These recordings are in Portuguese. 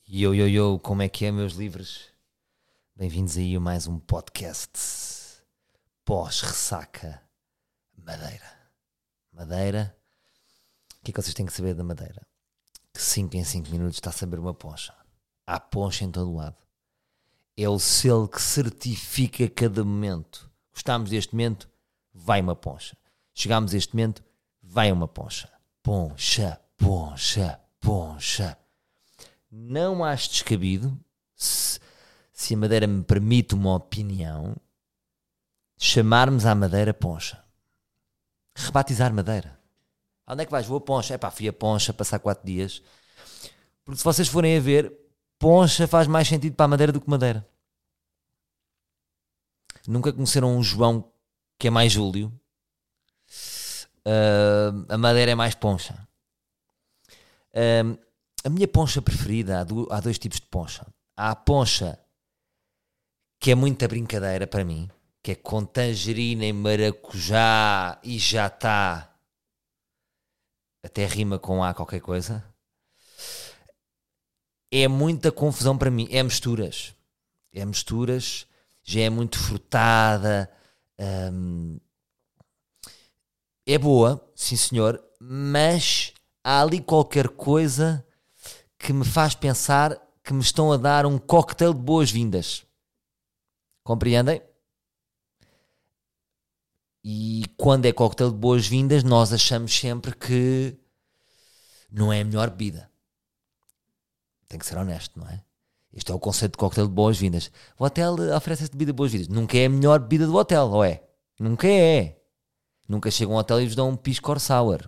Yo, como é que é, meus livres? Bem-vindos aí a mais um podcast pós-ressaca Madeira. Madeira, o que é que vocês têm que saber da Madeira? Que 5 em 5 minutos está a saber uma poncha. Há poncha em todo o lado. É o selo que certifica cada momento. Gostámos deste momento, vai uma poncha. Chegámos a este momento, vai uma poncha. Poncha, poncha, poncha. Não acho descabido, se a Madeira me permite uma opinião, chamarmos à Madeira Poncha. Rebatizar Madeira. Onde é que vais? Vou a Poncha. Fui a Poncha passar 4 dias. Porque se vocês forem a ver, Poncha faz mais sentido para a Madeira do que Madeira. Nunca conheceram um João que é mais Júlio. A Madeira é mais Poncha. A minha poncha preferida, há 2 tipos de poncha. Há a poncha que é muita brincadeira para mim, que é com tangerina e maracujá e já está. Até rima com A qualquer coisa. É muita confusão para mim. É misturas, já é muito frutada. É boa, sim senhor, mas há ali qualquer coisa que me faz pensar que me estão a dar um cocktail de boas-vindas. Compreendem? E quando é cocktail de boas-vindas, nós achamos sempre que não é a melhor bebida. Tem que ser honesto, não é? Este é o conceito de cocktail de boas-vindas. O hotel oferece esta bebida de boas-vindas. Nunca é a melhor bebida do hotel, ou é? Nunca é. Nunca chegam ao hotel e vos dão um pisco sour.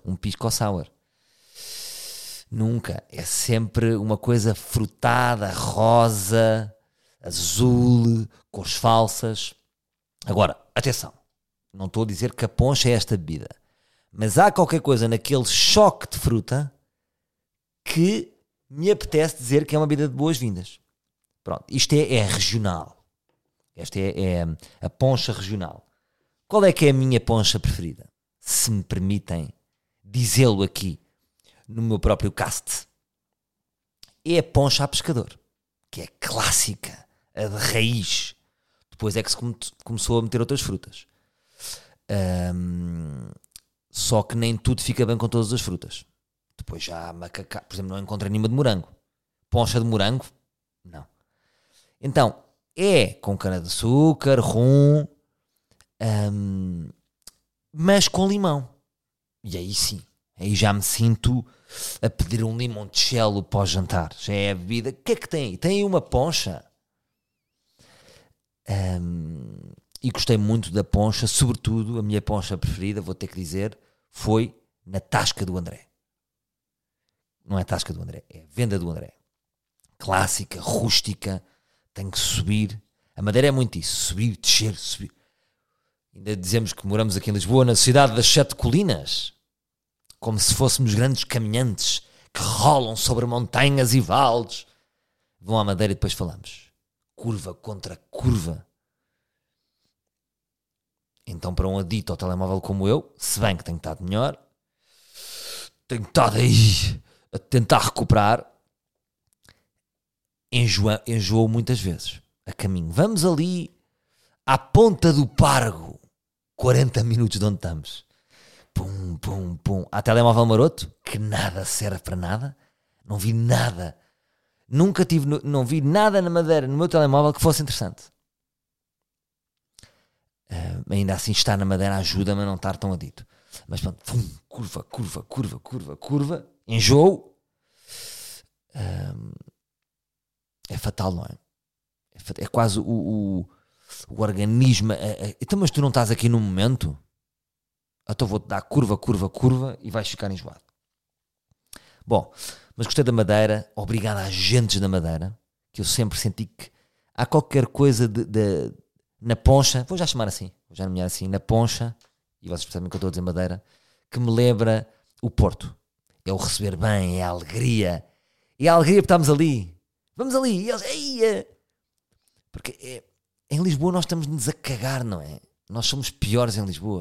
Nunca. É sempre uma coisa frutada, rosa, azul, cores falsas. Agora, atenção. Não estou a dizer que a poncha é esta bebida. Mas há qualquer coisa naquele choque de fruta que me apetece dizer que é uma bebida de boas-vindas. Pronto. Isto é regional. Esta é a poncha regional. Qual é que é a minha poncha preferida? Se me permitem dizê-lo aqui no meu próprio cast. É a poncha a pescador, que é clássica, a de raiz. Depois é que se começou a meter outras frutas. Só que nem tudo fica bem com todas as frutas. Depois já há macacá. Por exemplo, não encontrei nenhuma de morango. Poncha de morango? Não. Então, é com cana-de-açúcar, rum, mas com limão. E aí sim. Aí já me sinto a pedir um limoncello para o jantar. Já é a bebida. O que é que tem aí? Tem aí uma poncha. E gostei muito da poncha. Sobretudo, a minha poncha preferida, vou ter que dizer, foi na Tasca do André. Não é Tasca do André, é Venda do André. Clássica, rústica. Tem que subir. A Madeira é muito isso. Subir, descer, subir. Ainda dizemos que moramos aqui em Lisboa, na cidade das 7 colinas. Como se fôssemos grandes caminhantes que rolam sobre montanhas e vales. Vão à Madeira e depois falamos. Curva contra curva. Então, para um adito ao telemóvel como eu, se bem que tenho estado melhor, tenho estado aí a tentar recuperar, enjoou muitas vezes a caminho. Vamos ali à ponta do Pargo, 40 minutos de onde estamos. Pum, pum, pum. Há telemóvel maroto, que nada serve para nada. Não vi nada. Não vi nada na Madeira, no meu telemóvel, que fosse interessante. Ainda assim, estar na Madeira ajuda-me a não estar tão adito. Mas pronto, pum, curva. Enjoo. É fatal, não é? É quase o organismo. Então, mas tu não estás aqui no momento? Então vou-te dar curva e vais ficar enjoado. Bom, mas gostei da Madeira. Obrigado às gentes da Madeira, que eu sempre senti que há qualquer coisa na poncha, vou já chamar assim, nomear assim, na poncha, e vocês percebem que eu estou a dizer Madeira, que me lembra o Porto. É o receber bem, é a alegria. E a alegria porque estamos ali. Vamos ali. E eles, porque em Lisboa nós estamos-nos a cagar, não é? Nós somos piores em Lisboa.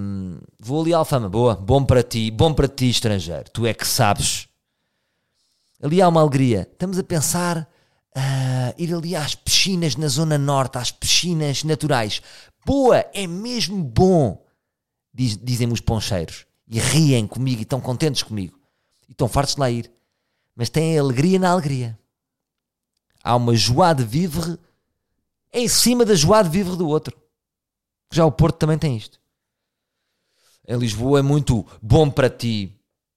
Vou ali à Alfama, boa, bom para ti estrangeiro, tu é que sabes Ali há uma alegria. Estamos a pensar ir ali às piscinas na Zona Norte, às piscinas naturais. Boa, é mesmo bom, dizem-me os poncheiros. E riem comigo e estão contentes comigo. E estão fartos de lá ir. Mas têm alegria na alegria. Há uma joie de vivre em cima da joie de vivre do outro. Já o Porto também tem isto. Em Lisboa é muito bom para ti.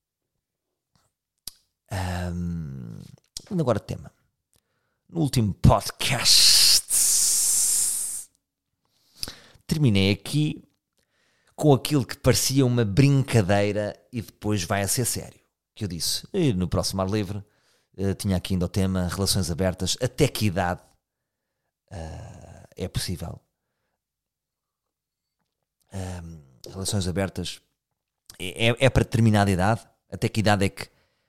Agora tema. No último podcast terminei aqui com aquilo que parecia uma brincadeira e depois vai a ser sério. Que eu disse, e no próximo ar livre tinha aqui ainda o tema relações abertas, até que idade é possível relações abertas é para determinada idade, até que idade é que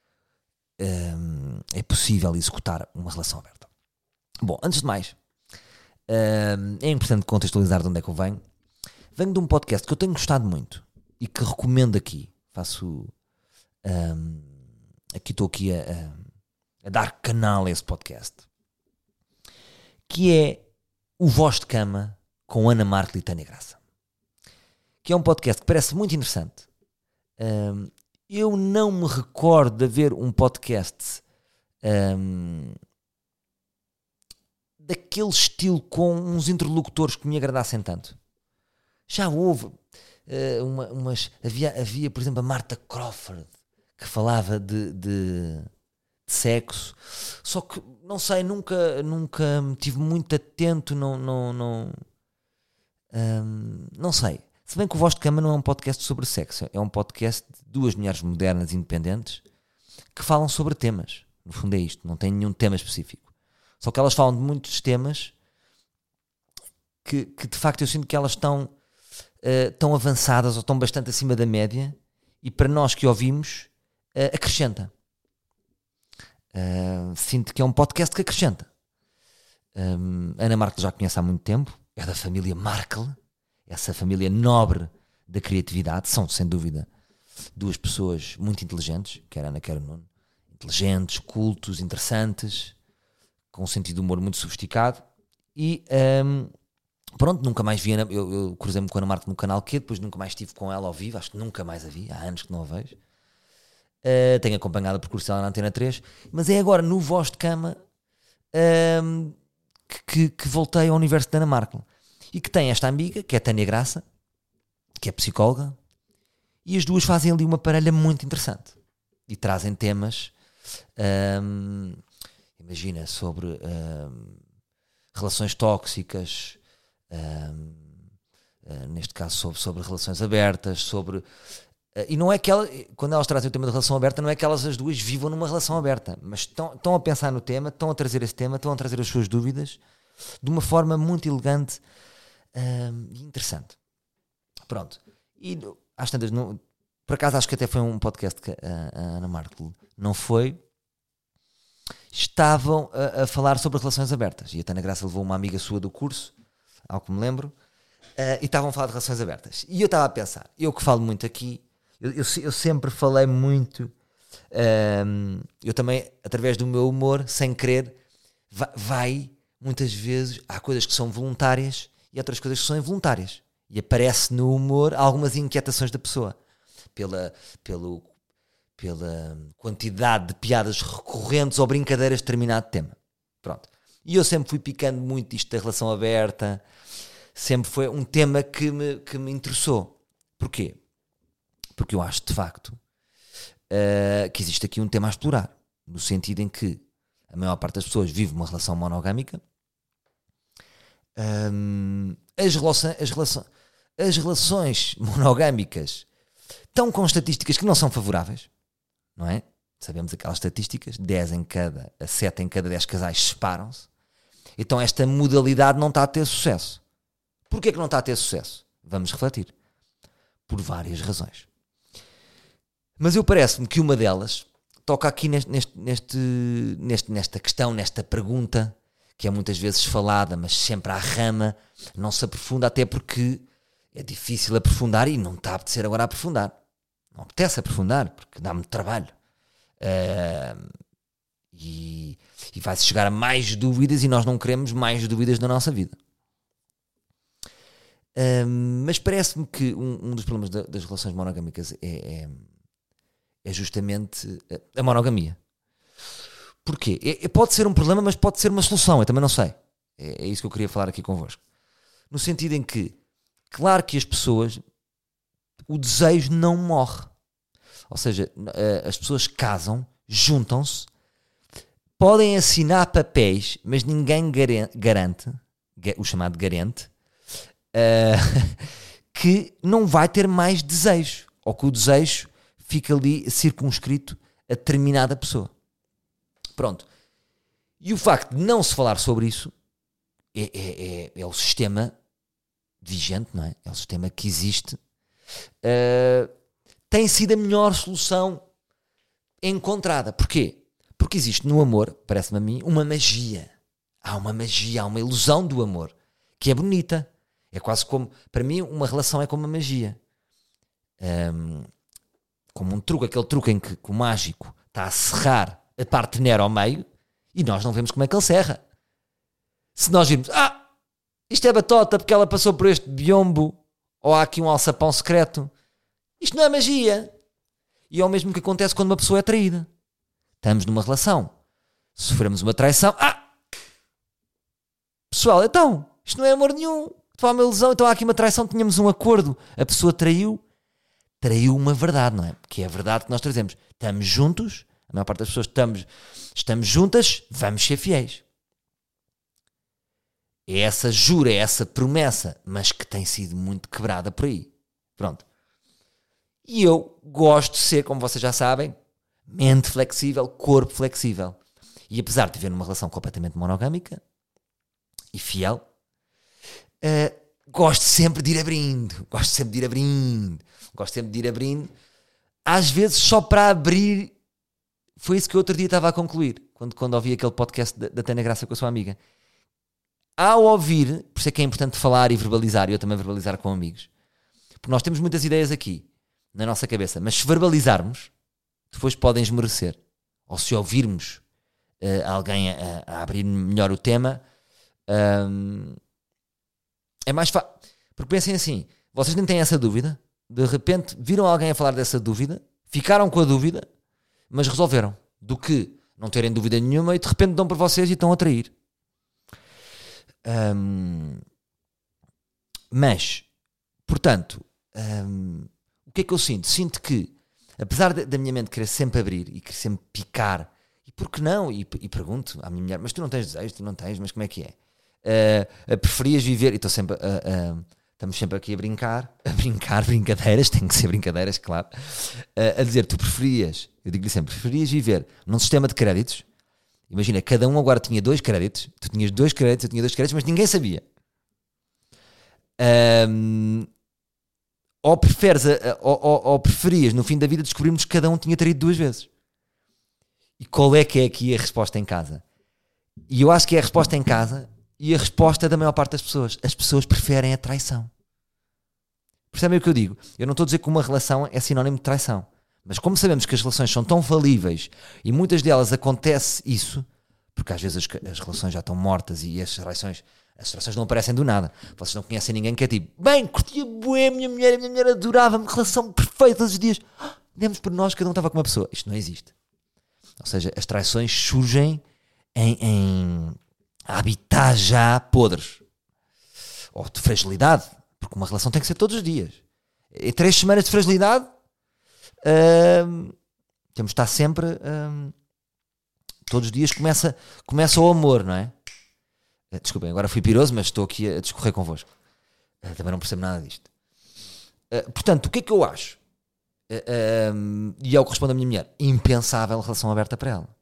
é possível executar uma relação aberta. Bom, antes de mais, é importante contextualizar de onde é que eu venho. Venho de um podcast que eu tenho gostado muito e que recomendo aqui. Estou aqui a dar canal a esse podcast, que é o Voz de Cama com Ana Marco e Tânia Graça, que é um podcast que parece muito interessante. Eu não me recordo de haver um podcast daquele estilo com uns interlocutores que me agradassem tanto. Já houve havia, por exemplo, a Marta Crawford, que falava de sexo, só que não sei, nunca estive muito atento, não sei. Se bem que o Voz de Cama não é um podcast sobre sexo, é um podcast de duas mulheres modernas independentes que falam sobre temas. No fundo é isto, não tem nenhum tema específico. Só que elas falam de muitos temas que de facto eu sinto que elas estão avançadas ou estão bastante acima da média, e para nós que ouvimos acrescenta. Sinto que é um podcast que acrescenta. Ana Markel já conhece há muito tempo, é da família Markel, essa família nobre da criatividade. São sem dúvida duas pessoas muito inteligentes, quer a Ana quer o Nuno, inteligentes, cultos, interessantes, com um sentido de humor muito sofisticado. E pronto, nunca mais vi eu cruzei-me com a Ana Markel no canal Q, depois nunca mais estive com ela ao vivo, acho que nunca mais a vi, há anos que não a vejo. Tenho acompanhado o percurso dela na Antena 3, mas é agora no Voz de Cama que voltei ao universo da Ana Markel, e que tem esta amiga, que é a Tânia Graça, que é psicóloga, e as duas fazem ali uma parelha muito interessante e trazem temas, imagina, sobre relações tóxicas, neste caso sobre relações abertas, sobre... E não é que quando elas trazem o tema da relação aberta, não é que elas as duas vivam numa relação aberta, mas estão a pensar no tema, estão a trazer esse tema, estão a trazer as suas dúvidas de uma forma muito elegante e interessante. Pronto. E às tantas, por acaso acho que até foi um podcast que a Ana Markel não foi. Estavam a falar sobre relações abertas, e a Tânia Graça levou uma amiga sua do curso, ao que me lembro, e estavam a falar de relações abertas. E eu estava a pensar, eu que falo muito aqui, eu sempre falei muito, eu também, através do meu humor, sem querer, muitas vezes, há coisas que são voluntárias e outras coisas que são involuntárias, e aparece no humor algumas inquietações da pessoa, pela quantidade de piadas recorrentes ou brincadeiras de determinado tema. Pronto. E eu sempre fui picando muito isto da relação aberta, sempre foi um tema que me interessou. Porquê? Porque eu acho, de facto, que existe aqui um tema a explorar, no sentido em que a maior parte das pessoas vive uma relação monogâmica. As relações monogâmicas estão com estatísticas que não são favoráveis, não é? Sabemos aquelas estatísticas, 7 em cada 10 casais separam-se. Então esta modalidade não está a ter sucesso. Porquê que não está a ter sucesso? Vamos refletir. Por várias razões. Mas eu parece-me que uma delas toca aqui nesta questão, nesta pergunta, que é muitas vezes falada, mas sempre à rama, não se aprofunda, até porque é difícil aprofundar e não está a apetecer agora a aprofundar. Não apetece aprofundar, porque dá-me trabalho. E vai-se chegar a mais dúvidas e nós não queremos mais dúvidas na nossa vida. Mas parece-me que um dos problemas das relações monogâmicas é justamente a monogamia. Porquê? Pode ser um problema, mas pode ser uma solução, eu também não sei. É isso que eu queria falar aqui convosco. No sentido em que, claro que as pessoas, o desejo não morre. Ou seja, as pessoas casam, juntam-se, podem assinar papéis, mas ninguém garante, o chamado garante, que não vai ter mais desejo, ou que o desejo fica ali circunscrito a determinada pessoa. Pronto. E o facto de não se falar sobre isso é o sistema vigente, não é? É o sistema que existe. Tem sido a melhor solução encontrada. Porquê? Porque existe no amor, parece-me a mim, uma magia. Há uma magia, há uma ilusão do amor, que é bonita. É quase como, para mim, uma relação é como uma magia. Como um truque, aquele truque em que o mágico está a serrar a parte nera ao meio e nós não vemos como é que ele serra. Se nós virmos, isto é batota porque ela passou por este biombo, ou há aqui um alçapão secreto, isto não é magia. E é o mesmo que acontece quando uma pessoa é traída. Estamos numa relação, sofremos uma traição, pessoal, então, isto não é amor nenhum, foi uma ilusão, então há aqui uma traição, tínhamos um acordo, a pessoa traiu uma verdade, não é? Que é a verdade que nós trazemos. Estamos juntos, a maior parte das pessoas estamos juntas, vamos ser fiéis. É essa jura, é essa promessa, mas que tem sido muito quebrada por aí. Pronto. E eu gosto de ser, como vocês já sabem, mente flexível, corpo flexível. E apesar de viver numa relação completamente monogâmica e fiel, gosto sempre de ir abrindo. Gosto sempre de ir abrindo. Às vezes só para abrir. Foi isso que eu outro dia estava a concluir, quando ouvi aquele podcast da Tânia Graça com a sua amiga. Ao ouvir, por isso é que é importante falar e verbalizar, e eu também verbalizar com amigos, porque nós temos muitas ideias aqui na nossa cabeça, mas se verbalizarmos, depois podem esmorecer. Ou se ouvirmos alguém a abrir melhor o tema, é mais fácil. Porque pensem assim, vocês nem têm essa dúvida, de repente viram alguém a falar dessa dúvida, ficaram com a dúvida, mas resolveram, do que não terem dúvida nenhuma e de repente dão para vocês e estão a trair. Mas, portanto, o que é que eu sinto? Sinto que, apesar da minha mente querer sempre abrir e querer sempre picar, e por que não? E pergunto à minha mulher, mas tu não tens desejo, tu não tens, mas como é que é? Preferias viver, e estou sempre estamos sempre aqui a brincar, brincadeiras, tem que ser brincadeiras, claro, a dizer, tu preferias, eu digo-lhe sempre, preferias viver num sistema de créditos. Imagina, cada um agora tinha 2 créditos, tu tinhas 2 créditos, eu tinha 2 créditos, mas ninguém sabia. Ou preferias, no fim da vida, descobrirmos que cada um tinha traído 2 vezes. E qual é que é aqui a resposta em casa? E eu acho que é a resposta em casa e a resposta da maior parte das pessoas. As pessoas preferem a traição. Percebem o que eu digo? Eu não estou a dizer que uma relação é sinónimo de traição. Mas como sabemos que as relações são tão falíveis e muitas delas acontece isso, porque às vezes as relações já estão mortas e as traições não aparecem do nada. Vocês não conhecem ninguém que é tipo, bem, curtia bué, a minha mulher adorava-me, relação perfeita todos os dias. Demos por nós, cada um estava com uma pessoa. Isto não existe. Ou seja, as traições surgem em habitat já podres. Ou de fragilidade. Porque uma relação tem que ser todos os dias. Em 3 semanas de fragilidade, temos de estar sempre todos os dias começa o amor, não é? Desculpem, agora fui piroso, mas estou aqui a discorrer convosco. Também não percebo nada disto. Portanto, o que é que eu acho? E é o que responde a minha mulher, impensável relação aberta para ela.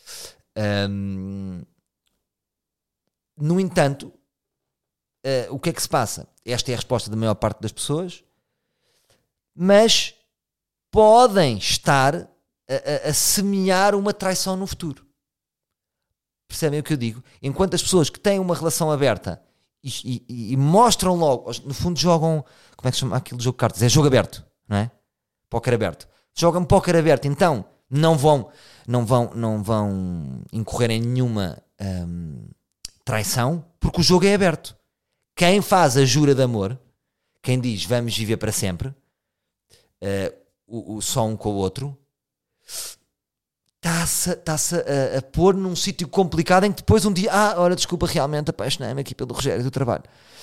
No entanto, o que é que se passa? Esta é a resposta da maior parte das pessoas, mas podem estar a semear uma traição no futuro. Percebem o que eu digo? Enquanto as pessoas que têm uma relação aberta e mostram logo, no fundo jogam, como é que se chama aquele jogo de cartas? É jogo aberto, não é? Póquer aberto. Jogam póquer aberto, então não vão incorrer em nenhuma traição, porque o jogo é aberto. Quem faz a jura de amor, quem diz vamos viver para sempre, só um com o outro, está-se a pôr num sítio complicado em que depois um dia, olha, desculpa, realmente apaixonei-me aqui pelo Rogério do trabalho.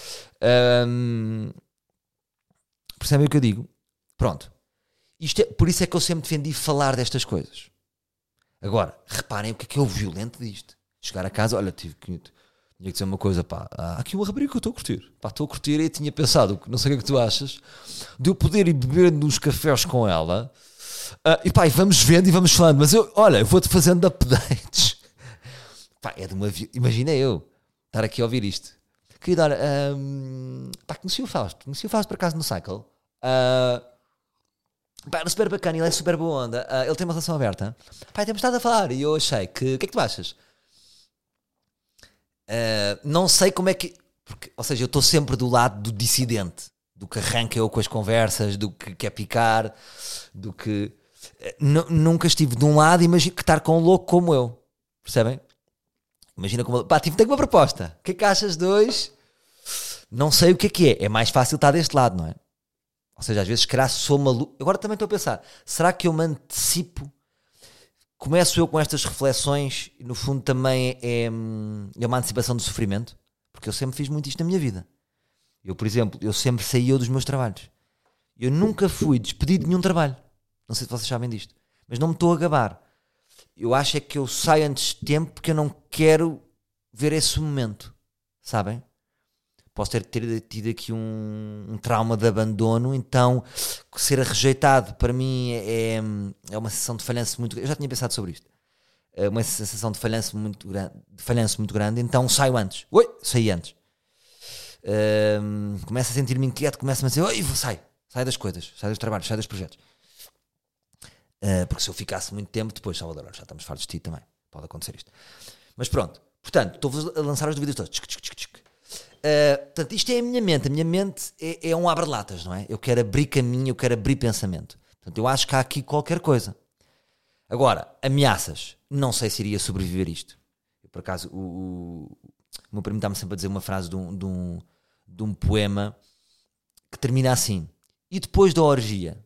Percebem o que eu digo? Pronto. Por isso é que eu sempre defendi falar destas coisas. Agora, reparem o que é o violento disto. Chegar a casa, olha, tinha que dizer uma coisa, pá, há aqui uma rapariga que eu estou a curtir. Pá, estou a curtir e tinha pensado, não sei o que é que tu achas, de eu poder ir beber uns cafés com ela, e pá, e vamos vendo e vamos falando, mas eu vou-te fazendo updates. Pá, imagina eu estar aqui a ouvir isto. Querida, pá, conheci o Fausto por acaso no Cycle. Pá, era super bacana, ele é super boa onda, ele tem uma relação aberta. Pá, temos estado a falar e eu achei que, o que é que tu achas? Não sei como é que, porque, ou seja, eu estou sempre do lado do dissidente, do que arranca eu com as conversas, do que quer picar, do que nunca estive de um lado, imagino que estar com um louco como eu, percebem? Imagina como, pá, tenho uma proposta, o que é que achas de hoje? Não sei o que é mais fácil estar deste lado, não é? Ou seja, às vezes, se calhar sou maluco. Agora também estou a pensar, será que eu me antecipo? Começo eu com estas reflexões e no fundo também é uma antecipação do sofrimento, porque eu sempre fiz muito isto na minha vida. Eu, por exemplo, eu sempre saía dos meus trabalhos. Eu nunca fui despedido de nenhum trabalho. Não sei se vocês sabem disto, mas não me estou a gabar. Eu acho é que eu saio antes de tempo porque eu não quero ver esse momento, sabem? Posso ter tido aqui um trauma de abandono, então ser rejeitado para mim é uma sensação de falhanço muito grande. Eu já tinha pensado sobre isto. É uma sensação de falhanço muito grande, então saio antes. Saí antes. Começo a sentir-me inquieto, começo a dizer, sai das coisas, sai dos trabalhos, sai dos projetos. Porque se eu ficasse muito tempo, depois, Salvador, já estamos fartos de ti também. Pode acontecer isto. Mas pronto, portanto, estou-vos a lançar as dúvidas todas. Portanto, isto é a minha mente. A minha mente é um abre-latas, não é? Eu quero abrir caminho, eu quero abrir pensamento. Portanto, eu acho que há aqui qualquer coisa. Agora, ameaças. Não sei se iria sobreviver isto. Eu, por acaso, o meu primo está-me sempre a dizer uma frase de um poema que termina assim. E depois da orgia?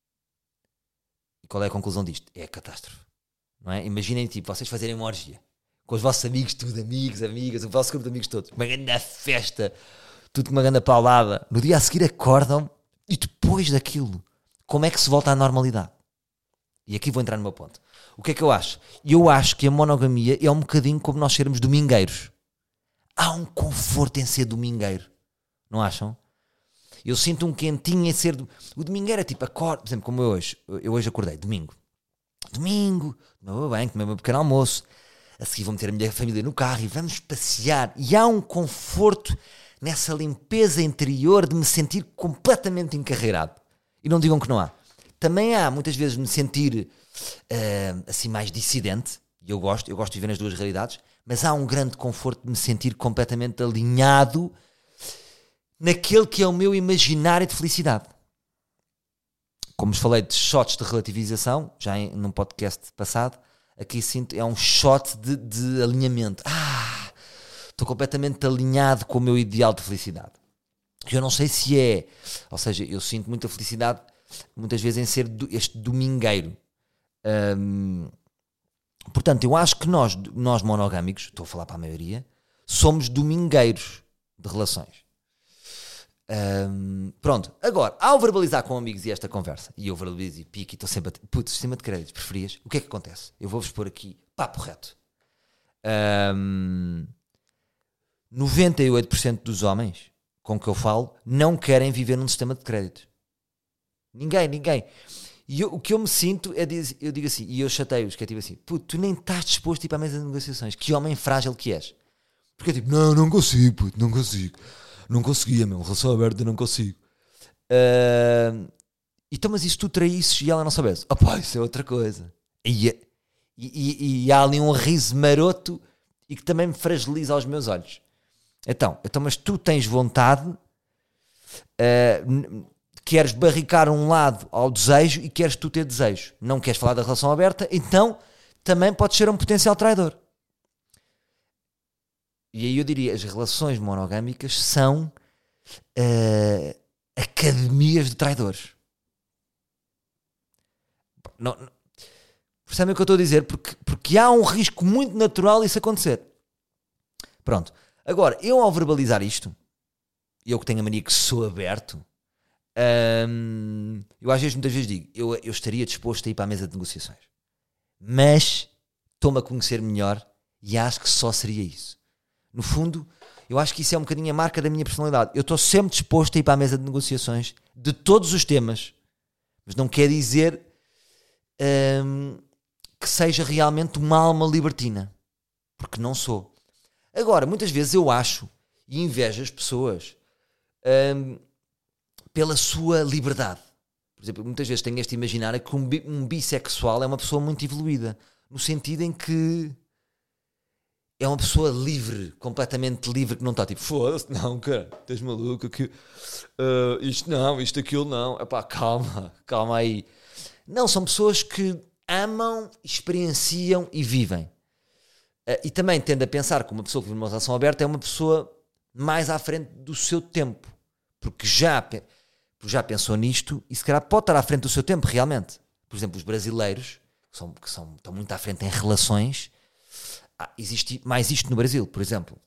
E qual é a conclusão disto? É a catástrofe. Não é? Imaginem, tipo, vocês fazerem uma orgia. Com os vossos amigos, tudo, amigos, amigas, o vosso grupo de amigos todos. Uma grande festa, tudo com uma grande paulada. No dia a seguir acordam e depois daquilo, como é que se volta à normalidade? E aqui vou entrar no meu ponto. O que é que eu acho? Eu acho que a monogamia é um bocadinho como nós sermos domingueiros. Há um conforto em ser domingueiro. Não acham? Eu sinto um quentinho em ser... O domingueiro é tipo, acordo, por exemplo, como eu hoje. Eu hoje acordei, domingo, tomei meu banho, tomei o meu pequeno almoço. A seguir vou meter a minha família no carro e vamos passear. E há um conforto nessa limpeza interior de me sentir completamente encarreirado. E não digam que não há. Também há, muitas vezes, me sentir assim mais dissidente. E eu gosto de viver nas duas realidades. Mas há um grande conforto de me sentir completamente alinhado naquele que é o meu imaginário de felicidade. Como vos falei de shots de relativização, já num podcast passado, aqui sinto, é um shot de alinhamento. Estou completamente alinhado com o meu ideal de felicidade. Eu não sei se é... Ou seja, eu sinto muita felicidade, muitas vezes, em ser este domingueiro. Portanto, eu acho que nós monogâmicos, estou a falar para a maioria, somos domingueiros de relações. Pronto, agora, ao verbalizar com amigos e esta conversa, e eu verbalizo e pico e estou sempre a putz, sistema de créditos, preferias? O que é que acontece? Eu vou-vos pôr aqui, papo reto. 98% dos homens com que eu falo não querem viver num sistema de créditos. Ninguém. E o que eu me sinto é, eu digo assim, e eu chateio-os, que é tipo assim, puto, tu nem estás disposto a ir para a mesa de negociações, que homem frágil que és. Porque é tipo, não consigo, puto, não consigo. Não conseguia, meu, relação aberta não consigo. Então, mas e se tu traísses e ela não soubesse? Isso é outra coisa. E há ali um riso maroto e que também me fragiliza aos meus olhos. Então, mas tu tens vontade queres barricar um lado ao desejo e queres tu ter desejo. Não queres falar da relação aberta, então também podes ser um potencial traidor. E aí eu diria, as relações monogâmicas são academias de traidores. Não, percebem o que eu estou a dizer? Porque há um risco muito natural isso acontecer. Pronto. Agora, eu ao verbalizar isto, eu que tenho a mania que sou aberto, eu às vezes, muitas vezes digo, eu estaria disposto a ir para a mesa de negociações. Mas estou-me a conhecer melhor e acho que só seria isso. No fundo, eu acho que isso é um bocadinho a marca da minha personalidade. Eu estou sempre disposto a ir para a mesa de negociações de todos os temas, mas não quer dizer que seja realmente uma alma libertina, porque não sou. Agora, muitas vezes eu acho e invejo as pessoas pela sua liberdade. Por exemplo, muitas vezes tenho este imaginário que um bissexual é uma pessoa muito evoluída, no sentido em que é uma pessoa livre, completamente livre, que não está tipo, foda-se, não, cara, estás maluco, isto não, isto, aquilo não, epá, calma aí. Não, são pessoas que amam, experienciam e vivem. E também tendo a pensar que uma pessoa que vive numa relação aberta é uma pessoa mais à frente do seu tempo, porque já pensou nisto e se calhar pode estar à frente do seu tempo realmente. Por exemplo, os brasileiros, que estão muito à frente em relações, existe mais isto no Brasil, por exemplo.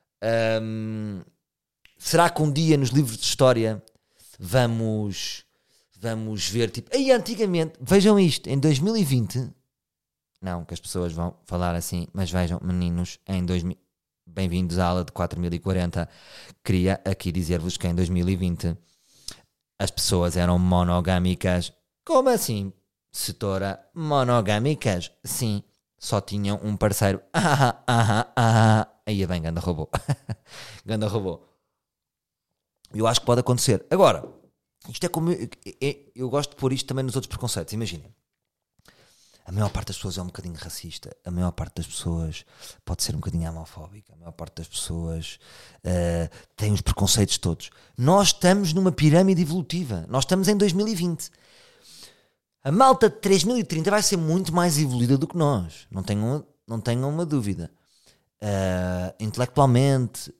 Será que um dia nos livros de história vamos ver, tipo, aí antigamente, vejam isto, em 2020, não, que as pessoas vão falar assim, mas vejam, meninos, bem-vindos à aula de 4040, queria aqui dizer-vos que em 2020 as pessoas eram monogâmicas. Como assim, setora? Monogâmicas? Sim, só tinham um parceiro. Aí é bem, ganda robô. Ganda robô. Eu acho que pode acontecer. Agora, isto é como... Eu gosto de pôr isto também nos outros preconceitos. Imaginem. A maior parte das pessoas é um bocadinho racista. A maior parte das pessoas pode ser um bocadinho homofóbica. A maior parte das pessoas tem os preconceitos todos. Nós estamos numa pirâmide evolutiva. Nós estamos em 2020. A malta de 3030 vai ser muito mais evoluída do que nós. Não tenham uma dúvida. Intelectualmente,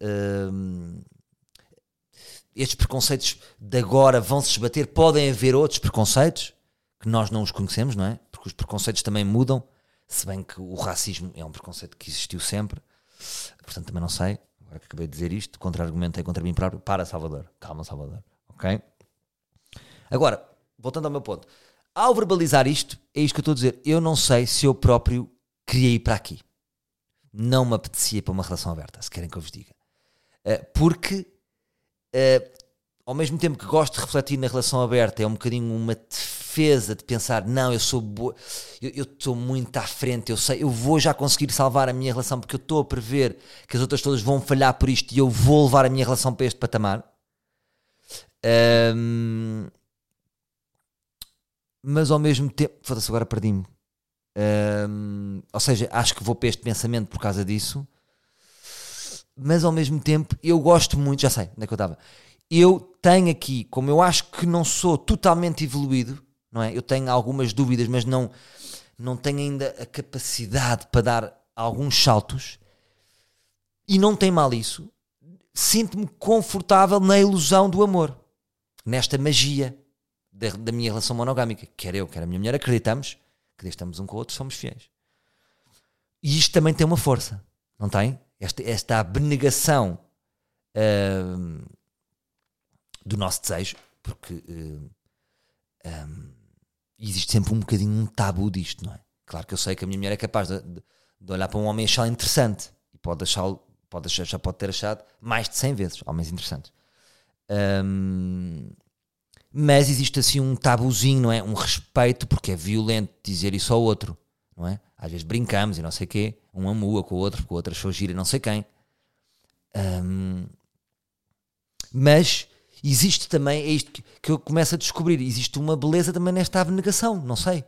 estes preconceitos de agora vão se esbater. Podem haver outros preconceitos que nós não os conhecemos, não é? Porque os preconceitos também mudam, se bem que o racismo é um preconceito que existiu sempre, portanto também não sei. Agora que acabei de dizer isto, contra-argumentei contra mim próprio. Para, Salvador, calma, Salvador, ok? Agora, voltando ao meu ponto, ao verbalizar isto, é isto que eu estou a dizer, eu não sei se eu próprio queria ir para aqui, não me apetecia para uma relação aberta, se querem que eu vos diga, porque ao mesmo tempo que gosto de refletir na relação aberta, é um bocadinho uma defesa de pensar, não, eu sou boa, eu estou muito à frente, eu sei, eu vou já conseguir salvar a minha relação porque eu estou a prever que as outras todas vão falhar por isto e eu vou levar a minha relação para este patamar. Mas ao mesmo tempo, foda-se, agora perdi-me. Ou seja, acho que vou para este pensamento por causa disso, mas ao mesmo tempo eu gosto muito, já sei onde é que eu estava. Eu tenho aqui, como eu acho que não sou totalmente evoluído, não é? Eu tenho algumas dúvidas, mas não tenho ainda a capacidade para dar alguns saltos, e não tem mal isso. Sinto-me confortável na ilusão do amor, nesta magia da minha relação monogâmica. Quer eu, quer a minha mulher, acreditamos que desde estamos um com o outro, somos fiéis. E isto também tem uma força, não tem? Esta abnegação do nosso desejo, porque existe sempre um bocadinho um tabu disto, não é? Claro que eu sei que a minha mulher é capaz de olhar para um homem e achá-lo interessante, e pode ter achado mais de 100 vezes homens interessantes, mas existe assim um tabuzinho, não é? Um respeito, porque é violento dizer isso ao outro, não é? Às vezes brincamos e não sei o quê, um amua com o outro, porque o outro achou gira não sei quem, mas existe também, é isto que eu começo a descobrir, existe uma beleza também nesta abnegação, não sei.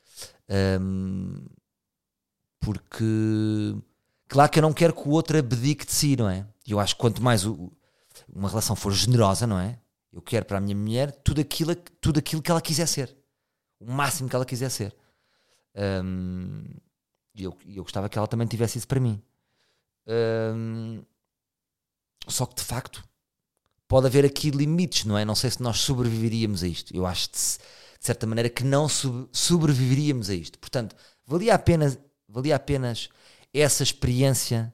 Porque claro que eu não quero que o outro abdique de si, não é? E eu acho que quanto mais uma relação for generosa, não é? Eu quero para a minha mulher tudo aquilo que ela quiser ser. O máximo que ela quiser ser. E eu gostava que ela também tivesse isso para mim. Só que de facto pode haver aqui limites, não é? Não sei se nós sobreviveríamos a isto. Eu acho de certa maneira que não sobreviveríamos a isto. Portanto, valia apenas essa experiência.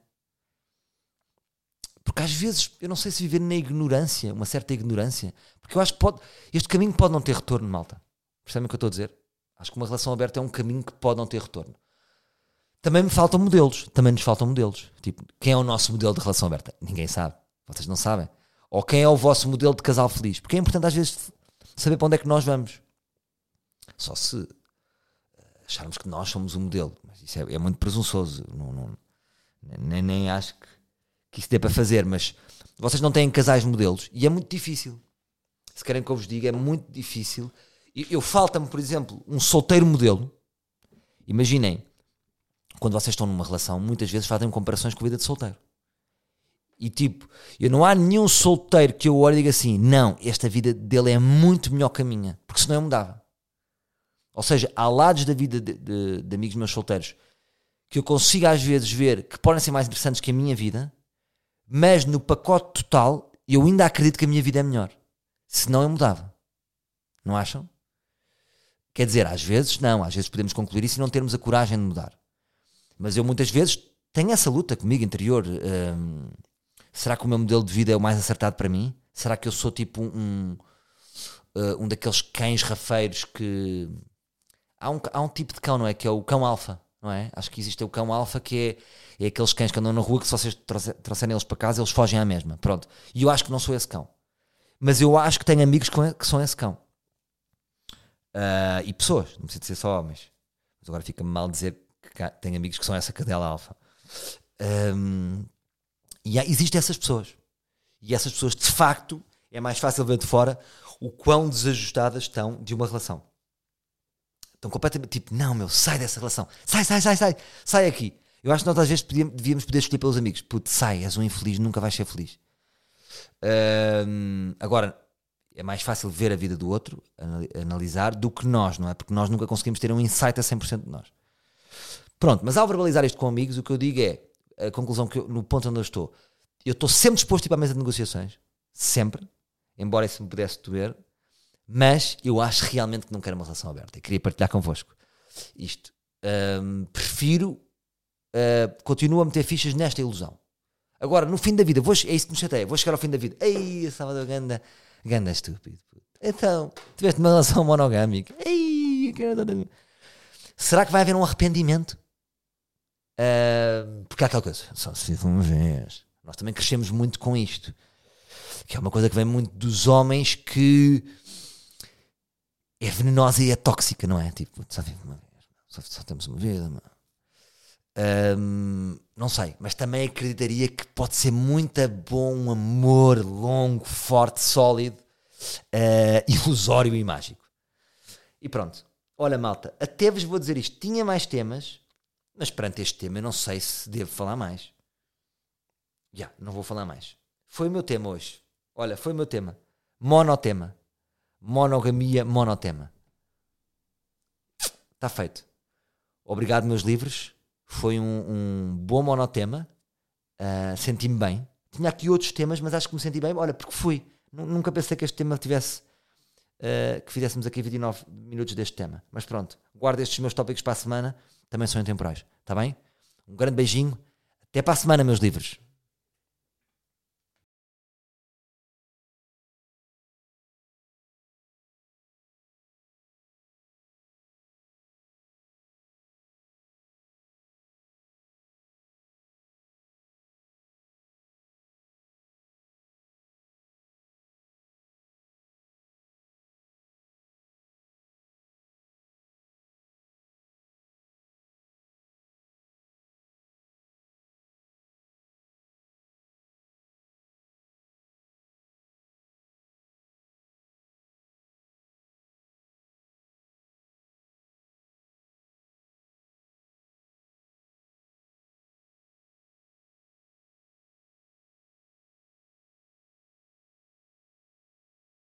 Porque às vezes, eu não sei se viver na ignorância, uma certa ignorância, porque eu acho que este caminho pode não ter retorno, malta. Percebem o que eu estou a dizer? Acho que uma relação aberta é um caminho que pode não ter retorno. Também nos faltam modelos. Tipo, quem é o nosso modelo de relação aberta? Ninguém sabe. Vocês não sabem. Ou quem é o vosso modelo de casal feliz? Porque é importante às vezes saber para onde é que nós vamos. Só se acharmos que nós somos o modelo. Mas isso é muito presunçoso. Nem acho que isso dê para fazer. Mas vocês não têm casais modelos. E é muito difícil. Se querem que eu vos diga, é muito difícil. Falta-me, por exemplo, um solteiro modelo. Imaginem, quando vocês estão numa relação, muitas vezes fazem comparações com a vida de solteiro. E tipo, não há nenhum solteiro que eu olhe e diga assim, não, esta vida dele é muito melhor que a minha, porque senão eu mudava. Ou seja, há lados da vida de amigos meus solteiros que eu consigo às vezes ver que podem ser mais interessantes que a minha vida, mas no pacote total eu ainda acredito que a minha vida é melhor. Senão eu mudava. Não acham? Quer dizer, às vezes podemos concluir isso e não termos a coragem de mudar. Mas eu muitas vezes tenho essa luta comigo interior. Será que o meu modelo de vida é o mais acertado para mim? Será que eu sou tipo um daqueles cães rafeiros que... Há um tipo de cão, não é? Que é o cão alfa, não é? Acho que existe o cão alfa que é aqueles cães que andam na rua que se vocês trouxerem eles para casa eles fogem à mesma. Pronto. E eu acho que não sou esse cão. Mas eu acho que tenho amigos que são esse cão. E pessoas, não precisa de ser só homens. Mas agora fica-me mal dizer que tenho amigos que são essa cadela alfa. Existem essas pessoas. E essas pessoas, de facto, é mais fácil ver de fora o quão desajustadas estão de uma relação. Estão completamente tipo, não meu, sai dessa relação. Sai aqui. Eu acho que nós às vezes devíamos poder escolher pelos amigos. Puto, sai, és um infeliz, nunca vais ser feliz. Agora, é mais fácil ver a vida do outro, analisar, do que nós, não é? Porque nós nunca conseguimos ter um insight a 100% de nós. Pronto, mas ao verbalizar isto com amigos, o que eu digo é, a conclusão no ponto onde eu estou sempre disposto a ir para a mesa de negociações, sempre, embora isso me pudesse doer, mas eu acho realmente que não quero uma relação aberta e queria partilhar convosco isto. Continuo a meter fichas nesta ilusão. Agora, no fim da vida, é isso que me chateia, vou chegar ao fim da vida, ei, Salvador, ganda estúpido. Então, tiveste uma relação monogâmica, ei, será que vai haver um arrependimento? Porque há aquela coisa, só se vive uma vez. Nós também crescemos muito com isto, que é uma coisa que vem muito dos homens, que é venenosa e é tóxica, não é? Tipo, só vive uma vez, só temos uma vida, mano. Não sei, mas também acreditaria que pode ser muito bom um amor longo, forte, sólido, ilusório e mágico. E pronto, olha malta, até vos vou dizer isto, tinha mais temas, mas perante este tema eu não sei se devo falar mais. Não vou falar mais. Foi o meu tema hoje. Olha, foi o meu tema. Monotema. Monogamia, monotema. Está feito. Obrigado, meus livros. Foi um bom monotema. Senti-me bem. Tinha aqui outros temas, mas acho que me senti bem. Olha, porque fui. Nunca pensei que este tema tivesse... que fizéssemos aqui 29 minutos deste tema. Mas pronto. Guardo estes meus tópicos para a semana. Também são intemporais. Está bem? Um grande beijinho. Até para a semana, meus livros.